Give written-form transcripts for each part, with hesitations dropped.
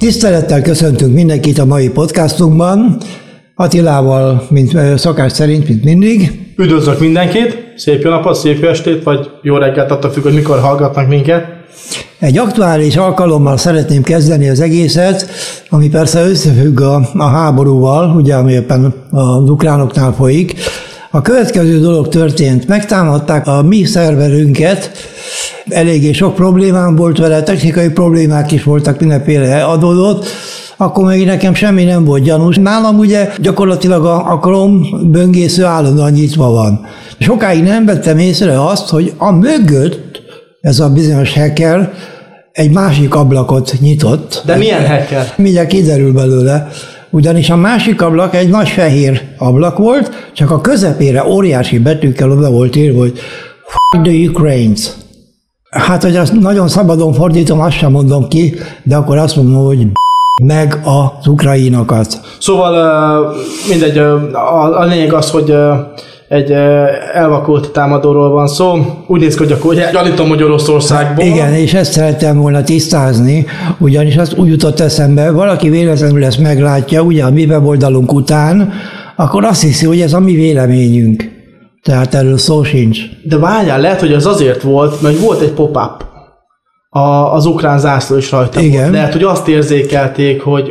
Tisztelettel köszöntünk mindenkit a mai podcastunkban, Attilával, mint szokás szerint, mint mindig. Üdvözlök mindenkit, szép jó napot, szép jó estét, vagy jó reggelt, attól függ, hogy mikor hallgatnak minket. Egy aktuális alkalommal szeretném kezdeni az egészet, ami persze összefügg a háborúval, ugye, ami éppen az ukránoknál folyik. A következő dolog történt, megtámadták a mi szerverünket, eléggé sok problémám volt vele, technikai problémák is voltak, mindenféle adódott, akkor még nekem semmi nem volt gyanús. Nálam ugye gyakorlatilag a Chrome böngésző állandóan nyitva van. Sokáig nem vettem észre azt, hogy a mögött ez a bizonyos hacker egy másik ablakot nyitott. De milyen hacker? Mindjárt kiderül belőle. Ugyanis a másik ablak egy nagy fehér ablak volt, csak a közepére óriási betűkkel oda volt írva, hogy F*** the Ukraines. Hát, hogy azt nagyon szabadon fordítom, azt sem mondom ki, de akkor azt mondom, hogy meg az ukrainokat. Szóval mindegy, a lényeg az, hogy egy elvakult támadóról van szó. Úgy néz ki, hogy akkor gyanítom, hogy Oroszországból. Igen, és ezt szerettem volna tisztázni, ugyanis azt úgy jutott eszembe, valaki véletlenül ezt meglátja, ugye a mi weboldalunk után, akkor azt hiszi, hogy ez a mi véleményünk. Tehát erről szó sincs. De várjál, lehet, hogy az azért volt, mert volt egy pop-up. Az ukrán zászló is rajta igen. Volt. Lehet, hogy azt érzékelték, hogy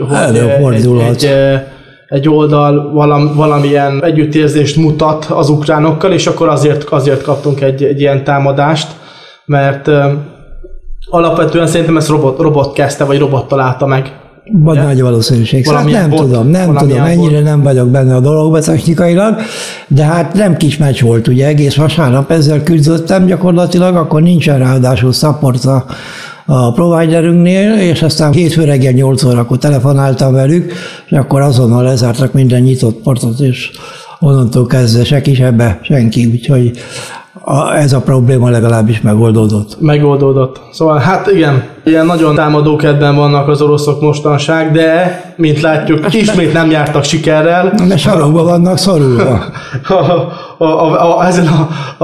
egy oldal valamilyen együttérzést mutat az ukránokkal, és akkor azért kaptunk egy ilyen támadást, mert alapvetően szerintem ezt robot kezdte, vagy robot találta meg. Vagy nagy valószínűség. Nem tudom, ennyire nem vagyok benne a dologban technikailag, de hát nem kis meccs volt, ugye, egész vasárnap ezzel küzdöttem gyakorlatilag, akkor nincsen ráadásul support a providerünknél, és aztán hétfő reggel 8 órakor telefonáltam velük, és akkor azonnal lezártak minden nyitott portot, és onnantól kezdve se kis ebbe senki, úgyhogy ez a probléma legalábbis megoldódott. Megoldódott. Szóval hát igen, ilyen nagyon támadókedben vannak az oroszok mostanság, de mint látjuk, ismét nem jártak sikerrel. De sarokba vannak szorulva. Ezen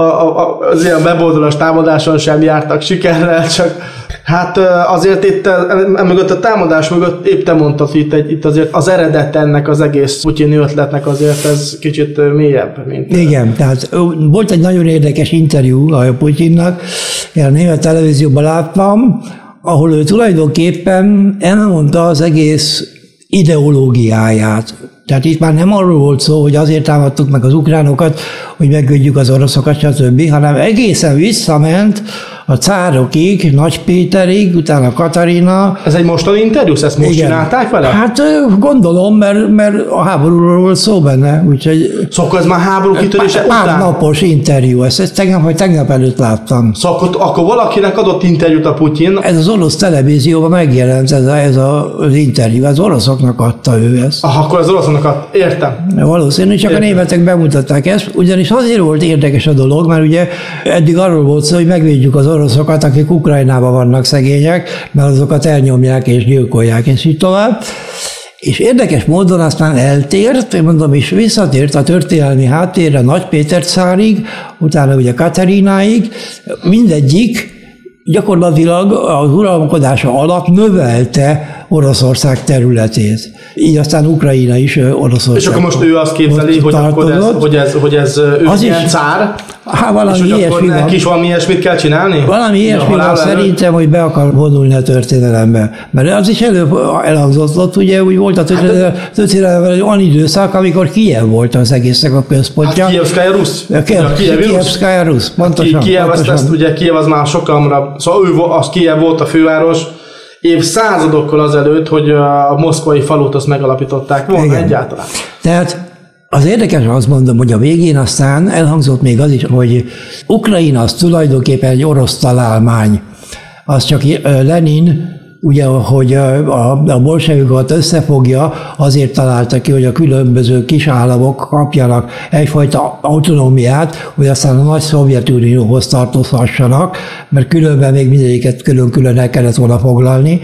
az ilyen weboldalas támadáson sem jártak sikerrel, csak hát azért itt mögött a támadás mögött épp te mondtad, itt azért az eredet ennek az egész putyini ötletnek azért ez kicsit mélyebb. Mint igen, tehát volt egy nagyon érdekes interjú a Putyinnak, én a német televízióban láttam, ahol ő tulajdonképpen elmondta az egész ideológiáját. Tehát itt már nem arról volt szó, hogy azért támadtuk meg az ukránokat, hogy megvédjük az oroszokat, stb., hanem egészen visszament a cárokig, Nagy Péterig, utána Katarina. Ez egy mostani interjú? Ezt most csinálták vele? Hát gondolom, mert a háborúról volt szó benne, úgyhogy... Szóval ez már háború kitörése után? Pár napos interjú, ezt tegnap előtt láttam. Szóval akkor valakinek adott interjút a Putyin? Ez az orosz televízióban megjelent ez az interjú, az oroszoknak adta ő ezt. Akkor az oroszoknak adta, értem. Valószínű, csak értem. A németek bemutatták ezt, ugyanis azért volt érdekes a dolog, mert ugye eddig arról volt szó, hogy megvédjük az oroszokat, akik Ukrajnában vannak szegények, mert azokat elnyomják és gyilkolják, és így tovább. És érdekes módon aztán eltért, én mondom is, visszatért a történelmi háttérre Nagy Péter cárig, utána ugye Katarináig, mindegyik gyakorlatilag az uralkodása alatt növelte Oroszország területét. Így aztán Ukrajna is Oroszország. És akkor most ő azt képzeli, hogy ez ő az ilyen cár, hát valami és ilyesmi akkor neki is valami ilyesmit kell csinálni? Valami ilyesmi van szerintem, hogy be akar vonulni a történelembe. Mert az is elhangzott, ugye úgy volt a történelemben egy olyan időszak, amikor Kijev volt az egésznek a központja. Hát Kijevszkaja Rusz. Kijevszkaja Rusz, pontosan. Kijev az már sokkal, szóval az Kijev volt a főváros, évszázadokkal azelőtt, hogy a moszkvai falut azt megalapították volna egyáltalán. Tehát az érdekes, azt mondom, hogy a végén aztán elhangzott még az is, hogy Ukrajna az tulajdonképpen egy orosz találmány. Az csak Lenin, ugye, hogy a bolsevikokat összefogja, azért találta ki, hogy a különböző kis államok kapjanak egyfajta autonómiát, hogy aztán a nagy Szovjetunióhoz tartozhassanak, mert különben még mindegyiket külön-külön el kellett volna foglalni.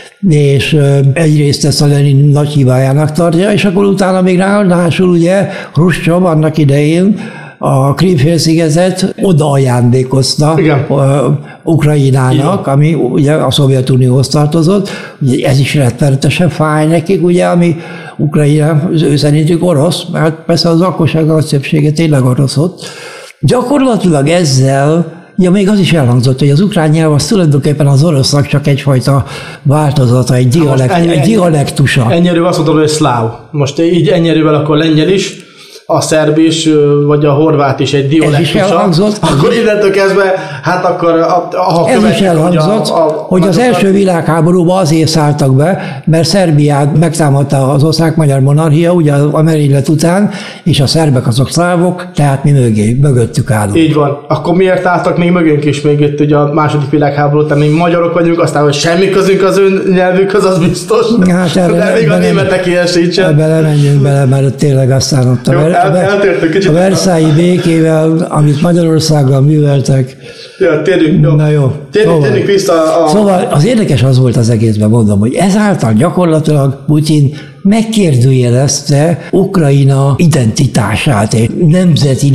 És egyrészt ezt a Lenin nagy hibájának tartja, és akkor utána még ráadásul ugye Hruscsov annak idején a Krím-félszigetet oda ajándékozta Ukrajnának, ami ugye a Szovjetunióhoz tartozott. Ugye ez is rettenetesen fáj nekik, ugye, ami Ukrajna, ő szerintük orosz, mert persze az lakosság nagy többsége tényleg orosz ott. Gyakorlatilag ezzel, még az is elhangzott, hogy az ukrán nyelv az tulajdonképpen az orosznak csak egyfajta változata, egy dialektusa. Ennyire azt mondod, hogy szláv. Most így ennyire akkor lengyel is, a szerb is, vagy a horvát is egy dialektusa. Akkor innentől kezdve, hát akkor ez is elhangzott, hogy az első világháborúban azért szálltak be, mert Szerbiát megtámadta az osztrák-magyar monarchia, ugye a merénylet után, és a szerbek azok szlávok, tehát mi mögöttük állunk. Így van. Akkor miért álltak még mögünk is még itt ugye a második világháború után, mi magyarok vagyunk, aztán hogy semmi közünk az ön nyelvükhöz, az biztos. Hát de még a németek ilyen sincsen. Ebbe menjünk bele, mert tényleg aztán ott a Versailles békével, amit Magyarországgal műveltek. Ja, térjünk, Na jó. Térjünk vissza Szóval az érdekes az volt az egészben, mondom, hogy ezáltal gyakorlatilag Putyin megkérdőjelezte Ukrajna identitását, nemzeti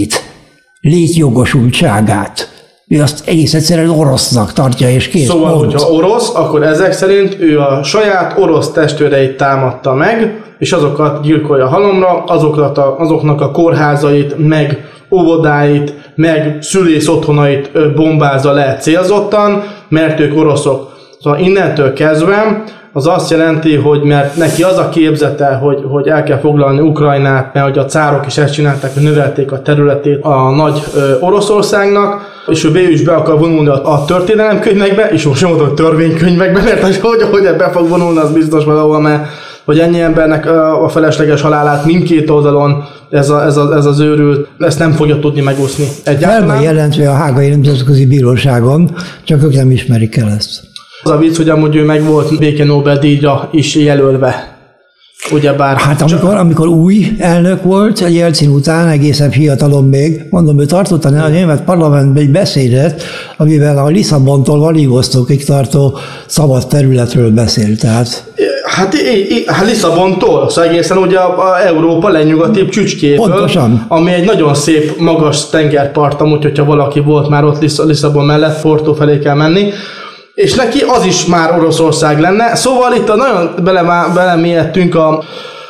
létjogosultságát. Ő azt egész egyszerűen orosznak tartja, és kész. Szóval, hogyha orosz, akkor ezek szerint ő a saját orosz testvéreit támadta meg, és azokat gyilkolja halomra, azoknak a kórházait, meg óvodáit, meg szülész otthonait bombázza le célzottan, mert ők oroszok. Szóval innentől kezdve az azt jelenti, hogy mert neki az a képzete, hogy el kell foglalni Ukrajnát, mert hogy a cárok is ezt csinálták, hogy növelték a területét a nagy Oroszországnak, és ő is be akar vonulni a történelemkönyvekbe, és most sem mondom, hogy törvénykönyvekbe, mert hogy ebbe fog vonulni, az biztos valahol, mert hogy ennyi embernek a felesleges halálát mindkét oldalon ez az őrült, ezt nem fogja tudni megúszni egyáltalán. Fel van jelentve a Hágai Nemzetközi Bíróságon, csak ők nem ismerik el ezt. Az a vicc, hogy amúgy ő meg volt béke Nobel-díjra is jelölve. Ugyebár. Hát amikor új elnök volt, egy Jelcin után, egészen fiatalon még, mondom, ő tartott a német parlamentben egy beszédet, amivel a Lisszabontól Vladivostokig tartó szabad területről beszélt. Tehát. Hát Lisszabontól, szóval egészen ugye a Európa legnyugatibb csücskéből, pontosan. Ami egy nagyon szép, magas tengerpart, amúgy, hogyha valaki volt már ott Lisszabon mellett, Porto felé kell menni, és neki az is már Oroszország lenne. Szóval itt nagyon belemélyedtünk a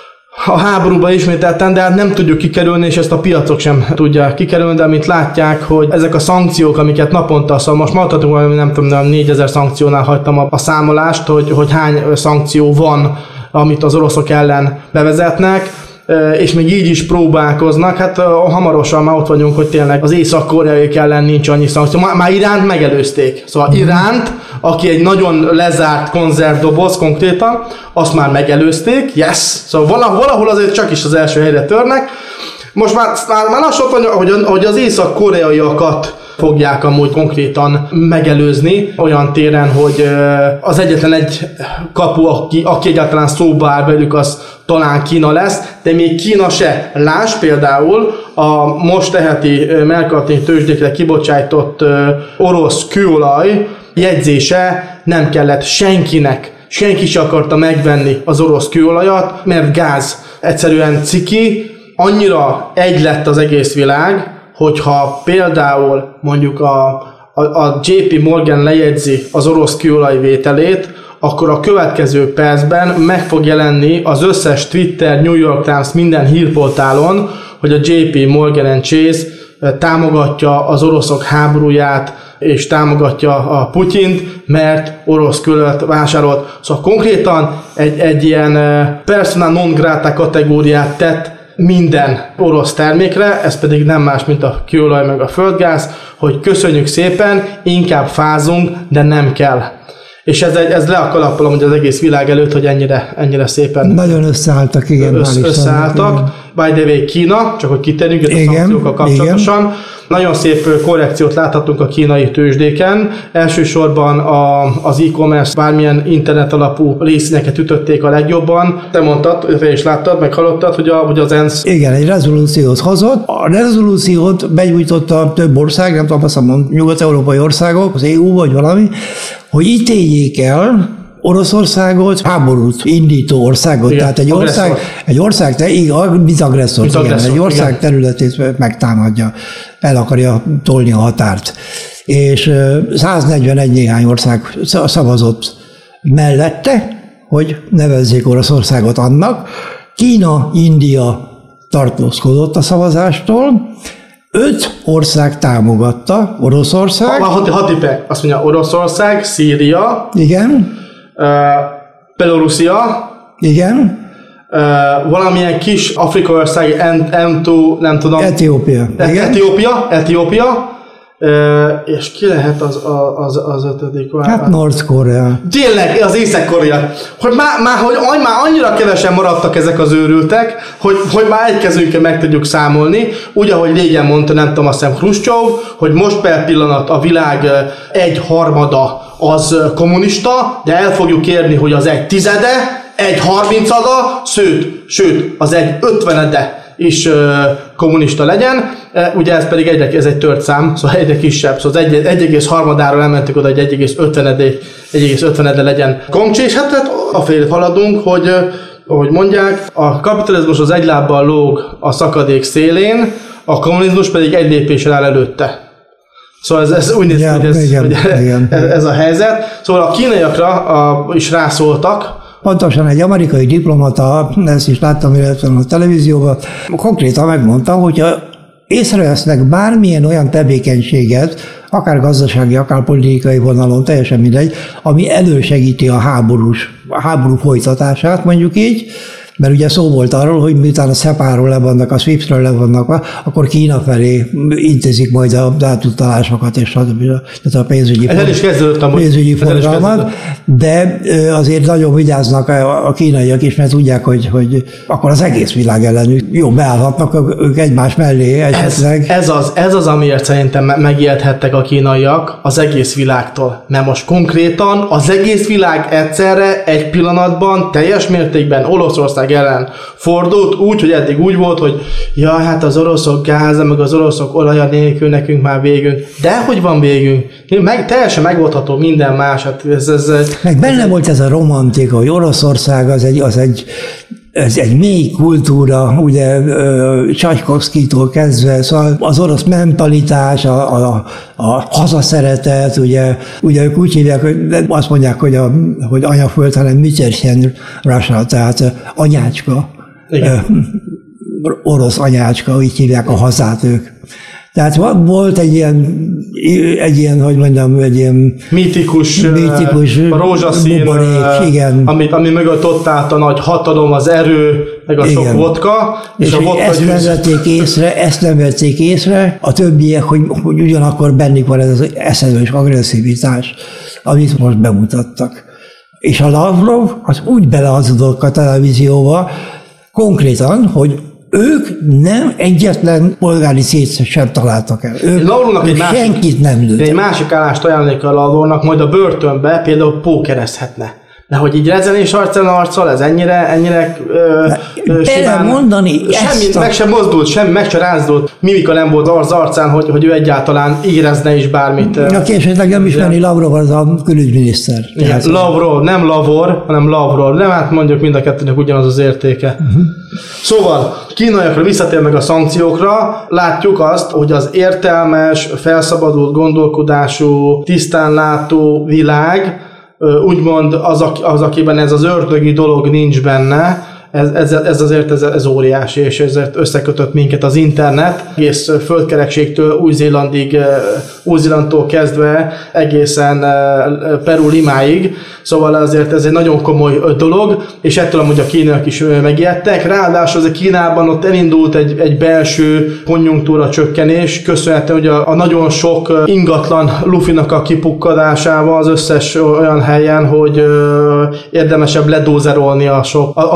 háborúba ismételten, de hát nem tudjuk kikerülni, és ezt a piacok sem tudják kikerülni, de amit látják, hogy ezek a szankciók, amiket naponta, szóval most mondhatunk valami, nem tudom, 4000 szankciónál hagytam a számolást, hogy hány szankció van, amit az oroszok ellen bevezetnek, és még így is próbálkoznak, hát hamarosan már ott vagyunk, hogy tényleg az észak-koreaiak ellen nincs annyi szankció. Már Iránt megelőzték. Szóval Iránt, aki egy nagyon lezárt konzervdoboz konkrétan, azt már megelőzték, yes! Szóval valahol azért csak is az első helyre törnek. Most már lassan hogy az észak-koreaiakat fogják amúgy konkrétan megelőzni olyan téren, hogy az egyetlen egy kapu, aki egyáltalán szóba áll velük, az talán Kína lesz, de még Kína se. Lásd például a most teheti merkantini tőzsdékre kibocsájtott orosz kőolaj jegyzése nem kellett senkinek. Senki se akarta megvenni az orosz kőolajat, mert gáz. Egyszerűen ciki, annyira egy lett az egész világ, hogyha például mondjuk a JP Morgan lejegyzi az orosz kőolaj vételét, akkor a következő percben meg fog jelenni az összes Twitter, New York Times, minden hírportálon, hogy a JP Morgan & Chase támogatja az oroszok háborúját, és támogatja a Putyint, mert orosz kőolajat vásárolt. Szóval konkrétan egy ilyen persona non grata kategóriát tett minden orosz termékre, ez pedig nem más, mint a kőolaj meg a földgáz, hogy köszönjük szépen, inkább fázunk, de nem kell. És ez le a kalappal az egész világ előtt, hogy ennyire szépen nagyon összeálltak, igen. Összeálltak. By the way, Kína, csak hogy kitérjünk a szankciókkal kapcsolatosan. Igen. Nagyon szép korrekciót láthatunk a kínai tőzsdéken. Elsősorban az e-commerce, bármilyen internet alapú részvényeket ütötték a legjobban. Te mondtad, te is láttad, meg hallottad, hogy az ENSZ... Igen, egy rezolúciót hozott. A rezolúciót benyújtotta több ország, nem tudom, azt mondom, nyugat-európai országok, az EU vagy valami, hogy ítéljék el Oroszországot háborút indító országot, igen, tehát egy ország mint agresszor, egy ország igen. területét megtámadja, el akarja tolni a határt. És 141 néhány ország szavazott mellette, hogy nevezzék Oroszországot annak. Kína, India tartózkodott a szavazástól, 5 ország támogatta, Oroszország. Azt mondja, Oroszország, Szíria. Igen. Belorusszia. Igen. Valamilyen kis afrikai ország, nem tudom. Etiópia. Etiópia. És ki lehet az ötödik? Hát North-Korea. Tényleg, az Észak-Korea. Hogy már annyira kevesen maradtak ezek az őrültek, hogy már egy kezünkkel meg tudjuk számolni. Úgy, ahogy régen mondta, nem tudom, azt hiszem Hruscsov, hogy most per pillanat a világ 1/3 az kommunista, de el fogjuk érni, hogy az 1/10, 1/30, sőt, az 1/50 is kommunista legyen. Ugye ez pedig ez egy tört szám, szóval egyre kisebb, szóval 1,3-áról elmentük oda, hogy 1,50 legyen Komcsi, és hát afelé haladunk, hogy ahogy mondják, a kapitalizmus az egy lábbal lóg a szakadék szélén, a kommunizmus pedig egy lépéssel áll előtte. Szóval ez úgy néz ki, hogy ez a helyzet. Szóval a kínaiakra is rászóltak. Pontosan egy amerikai diplomata, ezt is láttam a televízióban, konkrétan megmondta, hogyha észrevesznek bármilyen olyan tevékenységet, akár gazdasági, akár politikai vonalon, teljesen mindegy, ami elősegíti a háború folytatását, mondjuk így, mert ugye szó volt arról, hogy miután a SEPA-ról levannak, a SWIFT-ről levannak, akkor Kína felé intézik majd a átutalásokat, és a pénzügyi forgalmat, de azért nagyon vigyáznak a kínaiak is, mert tudják, hogy akkor az egész világ ellenük jó, beállhatnak ők egymás mellé esetleg. Ez az, amiért szerintem megijedhettek a kínaiak az egész világtól. Mert most konkrétan az egész világ egyszerre, egy pillanatban, teljes mértékben Olaszország ellen fordult, úgy, hogy eddig úgy volt, hogy ja, hát az oroszok gáza, meg az oroszok olaja nélkül nekünk már végünk. De hogy van végünk? Teljesen megoldható minden más. Hát meg benne volt ez a romantika, hogy Oroszország ez egy mély kultúra, ugye Csajkovszkijtól kezdve, szóval az orosz mentalitás, a hazaszeretet, ugye ők úgy hívják, hogy azt mondják, hogy anyaföld, hanem Mütterchen Russia, tehát anyácska, orosz anyácska, úgy hívják a hazát ők. Tehát volt egy ilyen, hogy mondjam, egy ilyen mítikus rózsaszín, igen. Ami mögött ott állt a nagy hatalom, az erő, meg a igen. sok vodka. És a vodka ezt nem vették észre, a többiek, hogy ugyanakkor bennük van ez az eszelős agresszivitás, amit most bemutattak. És a Lavrov az úgy belehazudott a televízióba, konkrétan, hogy ők nem egyetlen polgári szét sem találtak el. Ők senkit nem lőttek. Egy másik állást ajánlnék a Lavrovnak, majd a börtönbe például pókerezhetne. De hogy így rezenés arccal, ez ennyire simán, mondani meg sem mozdult, semmi, meg sem rázdult, mimika nem volt az arcán, hogy ő egyáltalán érezne is bármit. Esetleg nem ismerni Lavrov, az a külügyminiszter. Igen, Lavrov, nem Lavor, hanem Lavrov. Nem, hát mondjuk mind a kettőnek ugyanaz az értéke. Szóval, kínaiakra visszatér meg a szankciókra, látjuk azt, hogy az értelmes, felszabadult gondolkodású, tisztánlátó világ, úgymond az, akiben ez az ördögi dolog nincs benne, ez azért ez óriási, és ezért összekötött minket az internet, egész földkerekségtől Új-Zélandtól kezdve egészen Peru Limáig, szóval azért ez egy nagyon komoly dolog, és ettől amúgy a kínaiak is megijedtek, ráadásul az Kínában ott elindult egy belső konjunktúra csökkenés, köszönhetően ugye a nagyon sok ingatlan lufinak a kipukkadásával az összes olyan helyen, hogy érdemesebb ledózerolni azokat az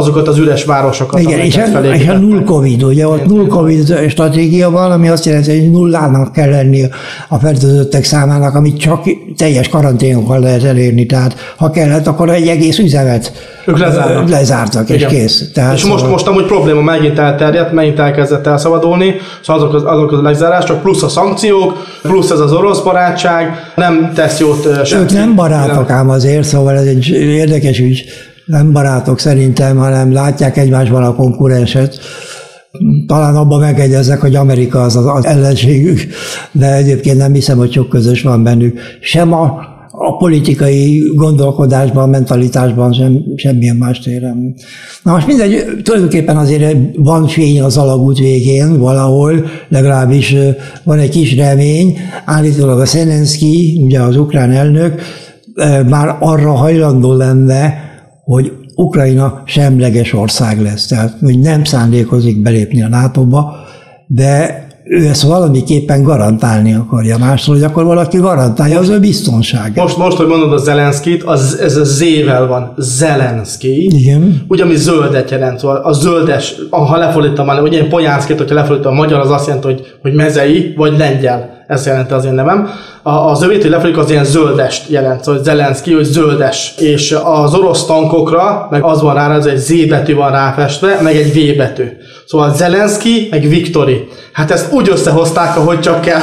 üres városokat. Igen, és a null Covid, ugye ott null Covid stratégia van, ami azt jelenti, hogy nullának kell lenni a fertőzöttek számának, amit csak teljes karanténokkal lehet elérni. Tehát ha kellett, akkor egy egész üzemet ők lezártak, és kész. Tehát és most amúgy probléma megint elterjedt, megint elkezdett elszabadulni, szóval azok az lezárás, csak plusz a szankciók, plusz ez az orosz barátság, nem tesz jót senki. Ők nem barátok ám azért, szóval ez egy érdekes ügy. Nem barátok szerintem, hanem látják egymásban a konkurenset. Talán abban megegyeznek, hogy Amerika az ellenségük, de egyébként nem hiszem, hogy sok közös van bennük. Sem a politikai gondolkodásban, mentalitásban, semmilyen más téren. Na most mindegy, tulajdonképpen azért van fény az alagút végén valahol, legalábbis van egy kis remény. Állítólag a Zelenszky, ugye az ukrán elnök, már arra hajlandó lenne, hogy Ukrajna semleges ország lesz, tehát hogy nem szándékozik belépni a NATO-ba, de ő ezt valamiképpen garantálni akarja másról, hogy akkor valaki garantálja az ő biztonságát. Most hogy mondod a Zelenszkyt, ez a Z-vel van, Zelenszky. Igen. Ugye, ami zöldet jelent, szóval a zöldes, ha lefordítom már, ugye én Pojánszkit, hogyha lefordítom a magyar, az azt jelenti, hogy mezei, vagy lengyel. Ez jelenti az én nevem. Az övét, hogy lefordítjuk, az ilyen zöldest jelent, szóval Zelenszky, hogy zöldes. És az orosz tankokra, meg az van rá, ez egy Z betű van ráfestve, meg egy V betű. Szóval Zelenszky, meg Viktori. Hát ezt úgy összehozták, ahogy csak kell,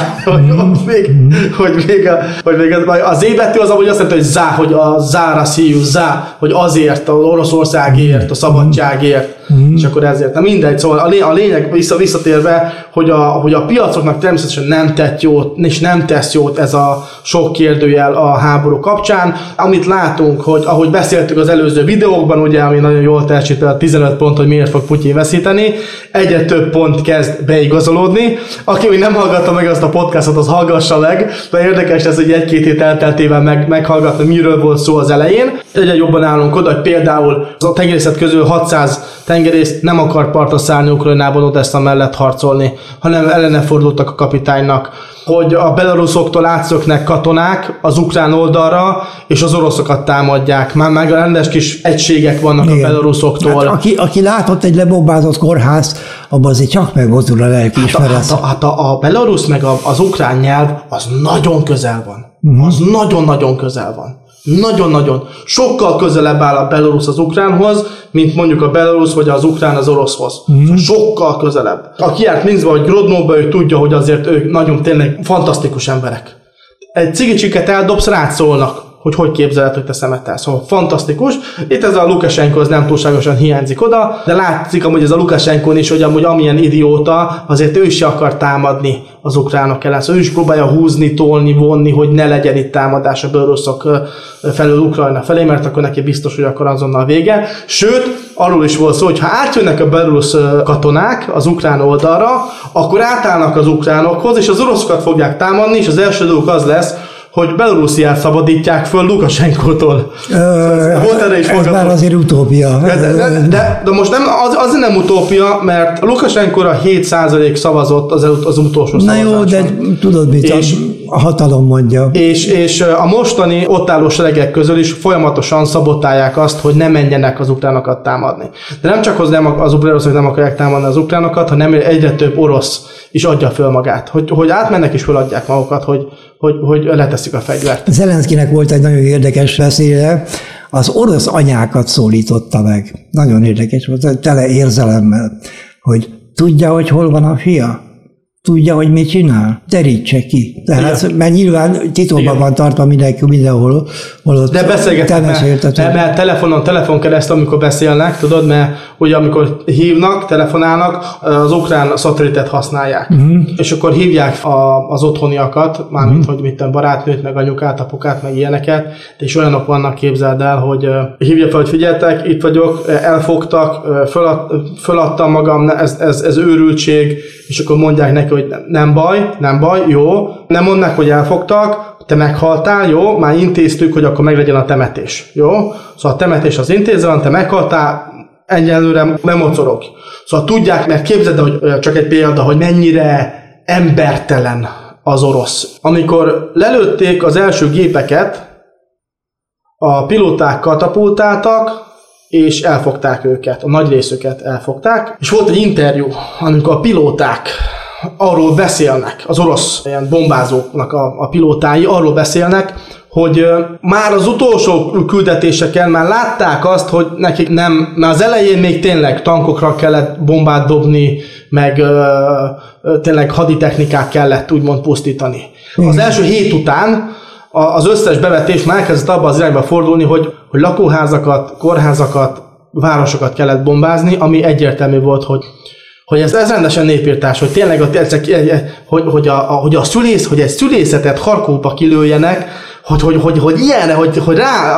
hogy még a Z betű az amúgy azt jelenti, hogy zá, hogy a zára szíjú, zá, hogy azért, az Oroszországért, a szabadságért, és akkor ezért. Na mindegy, szóval a lényeg visszatérve, hogy a piacoknak természetesen nem tett jót, és nem tesz jót ez a sok kérdőjel a háború kapcsán. Amit látunk, hogy ahogy beszéltük az előző videókban, ugye, ami nagyon jól teljesített a 15 pont, hogy miért fog Putyin veszíteni, egyre több pont kezd beigazolódni. Aki még nem hallgatta meg azt a podcastot, az hallgassa meg, de érdekes ez, hogy egy-két hét elteltével meghallgatni, miről volt szó az elején. Egyre jobban állunk oda, hogy például a tengerészet közül 600 tengerész nem akar partra szállni Ukrajnában Odessa mellett harcolni, hanem ellene fordultak a kapitánynak, hogy a belaruszoktól átszöknek katonák az ukrán oldalra, és az oroszokat támadják. Már meg rendes kis egységek vannak. Igen. A belaruszoktól. Hát, aki látott egy lebombázott kórházt, abban azért csak megmozdul a lelkiismeret. Hát a belarusz meg az ukrán nyelv, az nagyon közel van. Az nagyon-nagyon közel van. Nagyon-nagyon. Sokkal közelebb áll a belarusz az ukránhoz, mint mondjuk a belarusz vagy az ukrán az oroszhoz. Sokkal közelebb. Aki járt Minszkba vagy Grodnóba, ő tudja, hogy azért ők nagyon tényleg fantasztikus emberek. Egy cigicsiket eldobsz, rád szólnak, hogy képzeled, hogy te szemetelsz. Szóval fantasztikus. Itt ez a Lukasenko az nem túlságosan hiányzik oda, de látszik amúgy ez a Lukasenkon is, hogy amúgy amilyen idióta, azért ő is akar támadni az ukránok ellen. Szóval ő is próbálja húzni, tolni, vonni, hogy ne legyen itt támadás a beloruszok felől Ukrajna felé, mert akkor neki biztos, hogy akkor azonnal vége. Sőt, arról is volt szó, hogy ha átjönnek a belorusz katonák az ukrán oldalra, akkor átállnak az ukránokhoz, és az oroszokat fogják támadni, és az első dolog az lesz, hogy Belorussziát szabadítják föl Lukasenkótól. Ez már azért utópia. De most nem, az nem utópia, Mert Lukasenkóra 7% szavazott az utolsó szavazáson. Na jó, de tudod mit, a hatalom mondja. És a mostani ott álló seregek közül is folyamatosan szabotálják azt, hogy ne menjenek az ukránokat támadni. De nem csak az oroszok nem akarják támadni az ukránokat, hanem egyre több orosz is adja föl magát. Hogy átmennek és föladják magukat, hogy leteszik a fegyvert. Zelenszkynek volt egy nagyon érdekes beszéde, az orosz anyákat szólította meg. Nagyon érdekes volt, tele érzelemmel, hogy tudja, hogy hol van a fia? Tudja, hogy mit csinál? Terítse ki. Tehát, mert nyilván titokban van tartva mindenhol. De beszélgetnek, mert telefon keresztül, amikor beszélnek, tudod, mert ugye amikor hívnak, telefonálnak, az ukrán szatelitet használják. És akkor hívják az otthoniakat, mármint, hogy mit barátnőt, meg anyukát, apukát, meg ilyeneket, és olyanok vannak, képzeld el, hogy hívja fel, hogy figyeltek, itt vagyok, elfogtak, föladtam magam, ez őrültség, és akkor mondják neki, hogy nem baj, jó, nem mondnak, hogy elfogtak, te meghaltál, jó, már intéztük, hogy akkor meglegyen a temetés, jó? Szóval a temetés az intézve van, te meghaltál, egyelőre nem mocorog. Szóval tudják, mert képzeld, hogy csak egy példa, hogy mennyire embertelen az orosz. Amikor lelőtték az első gépeket, a pilóták katapultáltak, és elfogták őket, a nagy részüket elfogták, és volt egy interjú, amikor a pilóták arról beszélnek, az orosz ilyen bombázóknak a pilótái arról beszélnek, hogy már az utolsó küldetéseken már látták azt, hogy nekik nem, mert az elején még tényleg tankokra kellett bombát dobni, meg tényleg haditechnikát kellett úgymond pusztítani. Az első hét után az összes bevetés már elkezdett abba az irányba fordulni, hogy lakóházakat, kórházakat, városokat kellett bombázni, ami egyértelmű volt, hogy ez rendesen népírtás, hogy tényleg hogy egy szülészetet Harkovba kilőjenek, hogy ilyenre, hogy rá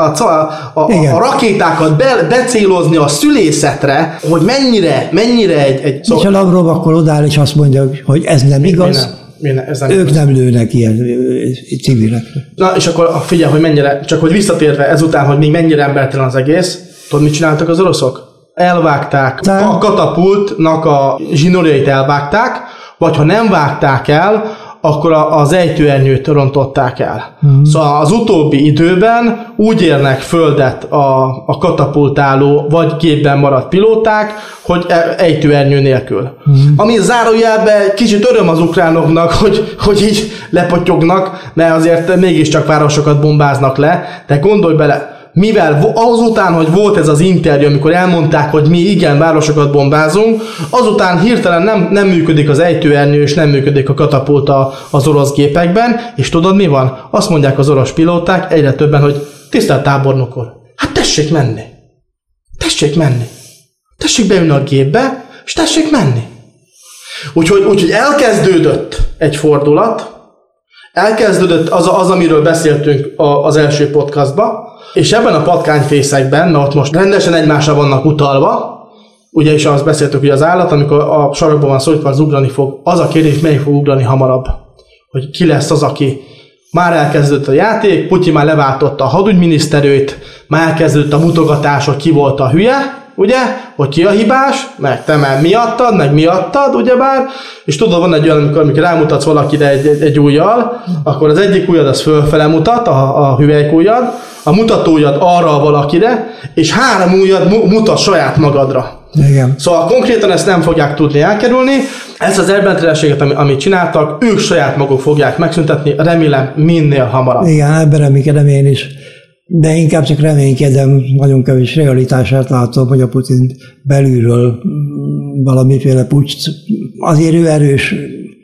a rakétákat becélozni a szülészetre, hogy mennyire egy és a Lavrov akkor odáll és azt mondja, hogy ez nem igaz. Ők nem lőnek ilyen civilekre. Na, és akkor figyelj, hogy mennyire, csak hogy visszatérve ezután, hogy még mennyire embertelen az egész, tudod, mit csináltak az oroszok? Elvágták a katapultnak a zsinórjait elvágták, vagy ha nem vágták el, akkor az ejtőernyőt rontották el. Szóval az utóbbi időben úgy érnek földet a katapultáló vagy gépben maradt pilóták, hogy ejtőernyő nélkül. Ami zárójelben kicsit öröm az ukránoknak, hogy így lepotyognak, mert azért mégiscsak városokat bombáznak le, de gondolj bele, mivel azután, hogy volt ez az interjú, amikor elmondták, hogy mi igen, városokat bombázunk, azután hirtelen nem működik az ejtőernyő, és nem működik a katapulta az orosz gépekben, és tudod mi van? Azt mondják az orosz pilóták egyre többen, hogy tisztelt tábornok úr, hát tessék menni. Tessék menni. Tessék beülni a gépbe, és tessék menni. Úgyhogy elkezdődött egy fordulat, elkezdődött az, amiről beszéltünk az első podcastban, és ebben a patkányfészekben, mert ott most rendesen egymásra vannak utalva, ugye is azt beszéltük, hogy az állat, amikor a sarokban van szólítva, az ugrani fog. Az a kérdés, melyik fog ugrani hamarabb. Hogy ki lesz az, aki már elkezdődött a játék, Putyin már leváltotta a hadügyminiszterőt, már elkezdődött a mutogatás, hogy ki volt a hülye, ugye? Hogy ki a hibás, meg te már miattad, ugyebár, és tudod, van egy olyan, amikor rámutatsz valakire egy ujjal, akkor az egyik ujjad az fölfele mutat, a hüvelykujjad, a mutatóujjad arra valakire, és 3 ujjad mutat saját magadra. Igen. Szóval konkrétan ezt nem fogják tudni elkerülni. Ezt az eredbentelenséget, amit csináltak, ők saját maguk fogják megszüntetni, remélem minél hamarabb. Igen, ebben reménykedem én is. De inkább csak reménykedem, nagyon kevés realitását látom, hogy a Putin belülről valamiféle puccs. Azért ő erős,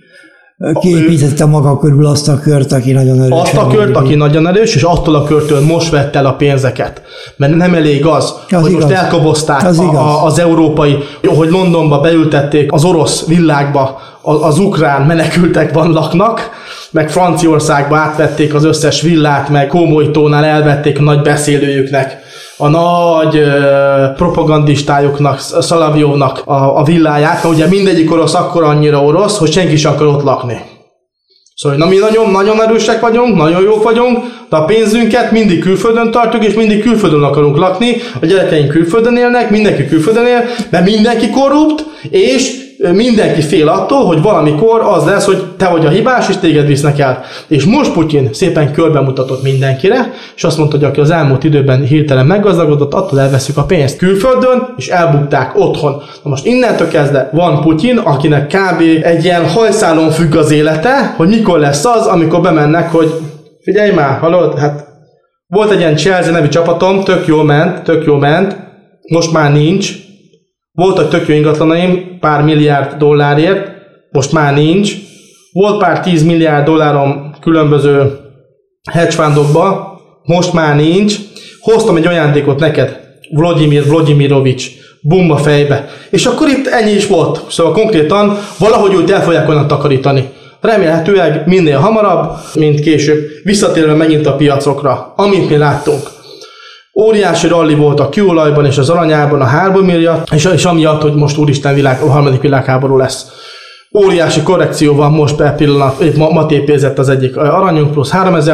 kiépítette maga körül azt a kört, aki nagyon erős. Azt a kört, aki nagyon erős, és attól a körtől most vett el a pénzeket. Mert nem elég az hogy igaz. Most elkobozták az európai, hogy Londonba beültették az orosz világba, az ukrán menekültek laknak, meg Franciaországba átvették az összes villát, meg Kómolytónál elvették a nagy beszélőjüknek, a nagy propagandistájuknak, Szalavjovnak a villáját, mert ugye mindegyik orosz akkor annyira orosz, hogy senki sem akar ott lakni. Szóval na, mi nagyon erősek vagyunk, nagyon jók vagyunk, de a pénzünket mindig külföldön tartjuk, és mindig külföldön akarunk lakni, a gyerekeink külföldön élnek, mindenki külföldön él, mert mindenki korrupt, és mindenki fél attól, hogy valamikor az lesz, hogy te vagy a hibás, és téged visznek el. És most Putyin szépen körbe mutatott mindenkire, és azt mondta, hogy aki az elmúlt időben hirtelen meggazdagodott, attól elveszük a pénzt külföldön, és elbukták otthon. Na most innentől kezdve van Putyin, akinek kb. Egy ilyen hajszálon függ az élete, hogy mikor lesz az, amikor bemennek, hogy figyelj már, hallod, hát volt egy ilyen Chelsea nevű csapatom, tök jól ment, most már nincs. Voltak tök jó ingatlanaim, pár milliárd dollárért, most már nincs. Volt pár 10 milliárd dollárom különböző hedge fundokba, most már nincs. Hoztam egy ajándékot neked, Vladimirovics, bumba fejbe. És akkor itt ennyi is volt. Szóval konkrétan valahogy úgy el fogják onnan takarítani. Remélhetőleg minél hamarabb, mint később, visszatérve megint a piacokra, amit mi láttunk. Óriási ralli volt a kőolajban és az aranyárban a háború miatt, és amiatt, hogy most úristen a harmadik világháború lesz. Óriási korrekció van most per pillanat, ma tépézett az egyik aranyunk plusz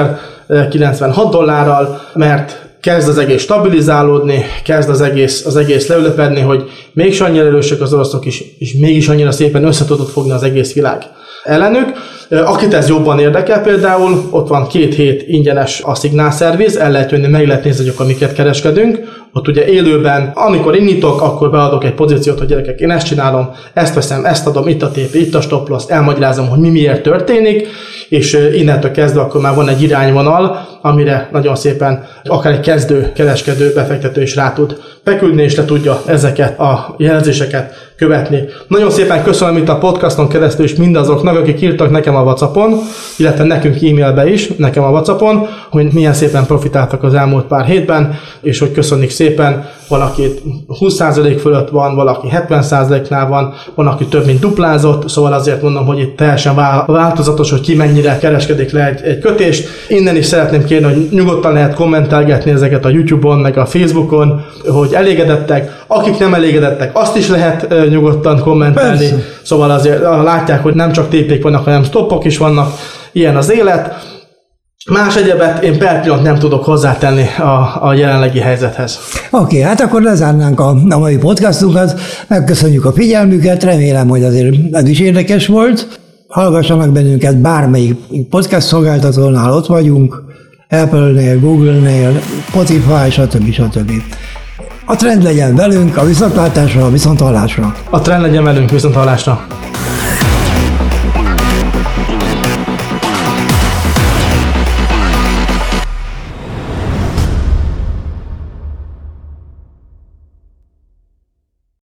3096 dollárral, mert kezd az egész stabilizálódni, kezd az egész leülepedni, hogy mégis annyira erősek az oroszok is, és mégis annyira szépen össze tudott fogni az egész világ ellenük. Akit ez jobban érdekel például, ott van 2 hét ingyenes a szignálszerviz, el lehet jönni, meg lehet nézni, hogy amiket kereskedünk. ott ugye élőben, amikor én nyitok, akkor beadok egy pozíciót, hogy gyerekek, én ezt csinálom, ezt veszem, ezt adom, itt a TP, itt a stop loss, elmagyarázom, hogy mi miért történik, és innentől kezdve akkor már van egy irányvonal, amire nagyon szépen akár egy kezdő kereskedő, befektető is rá tud feküdni, és le tudja ezeket a jelzéseket követni. Nagyon szépen köszönöm itt a podcaston keresztül is mindazoknak, akik írtak nekem a WhatsAppon, illetve nekünk e-mailbe is, nekem a WhatsAppon, hogy milyen szépen profitáltak az elmúlt pár hétben, és hogy köszönjük szépen, valaki 20% fölött van, valaki 70%-nál van aki több mint duplázott, szóval azért mondom, hogy itt teljesen változatos, hogy ki mennyire kereskedik le egy kötést. Innen is szeretném kérni, hogy nyugodtan lehet kommentelgetni ezeket a YouTube-on, meg a Facebookon, hogy elégedettek. Akik nem elégedettek, azt is lehet nyugodtan kommentelni. Persze. Szóval azért látják, hogy nem csak TP-k vannak, hanem stopok is vannak. Ilyen az élet. Más egyebet én per pillanat nem tudok hozzátenni a jelenlegi helyzethez. Oké, hát akkor lezárnánk a mai podcastunkat. Megköszönjük a figyelmüket, remélem, hogy azért ez is érdekes volt. Hallgassanak bennünket bármelyik podcast szolgáltatónál, ott vagyunk, Apple-nél, Google-nél, Spotify, stb. A trend legyen velünk, a viszontlátásra, a viszonthallásra. A trend legyen velünk, viszonthallásra.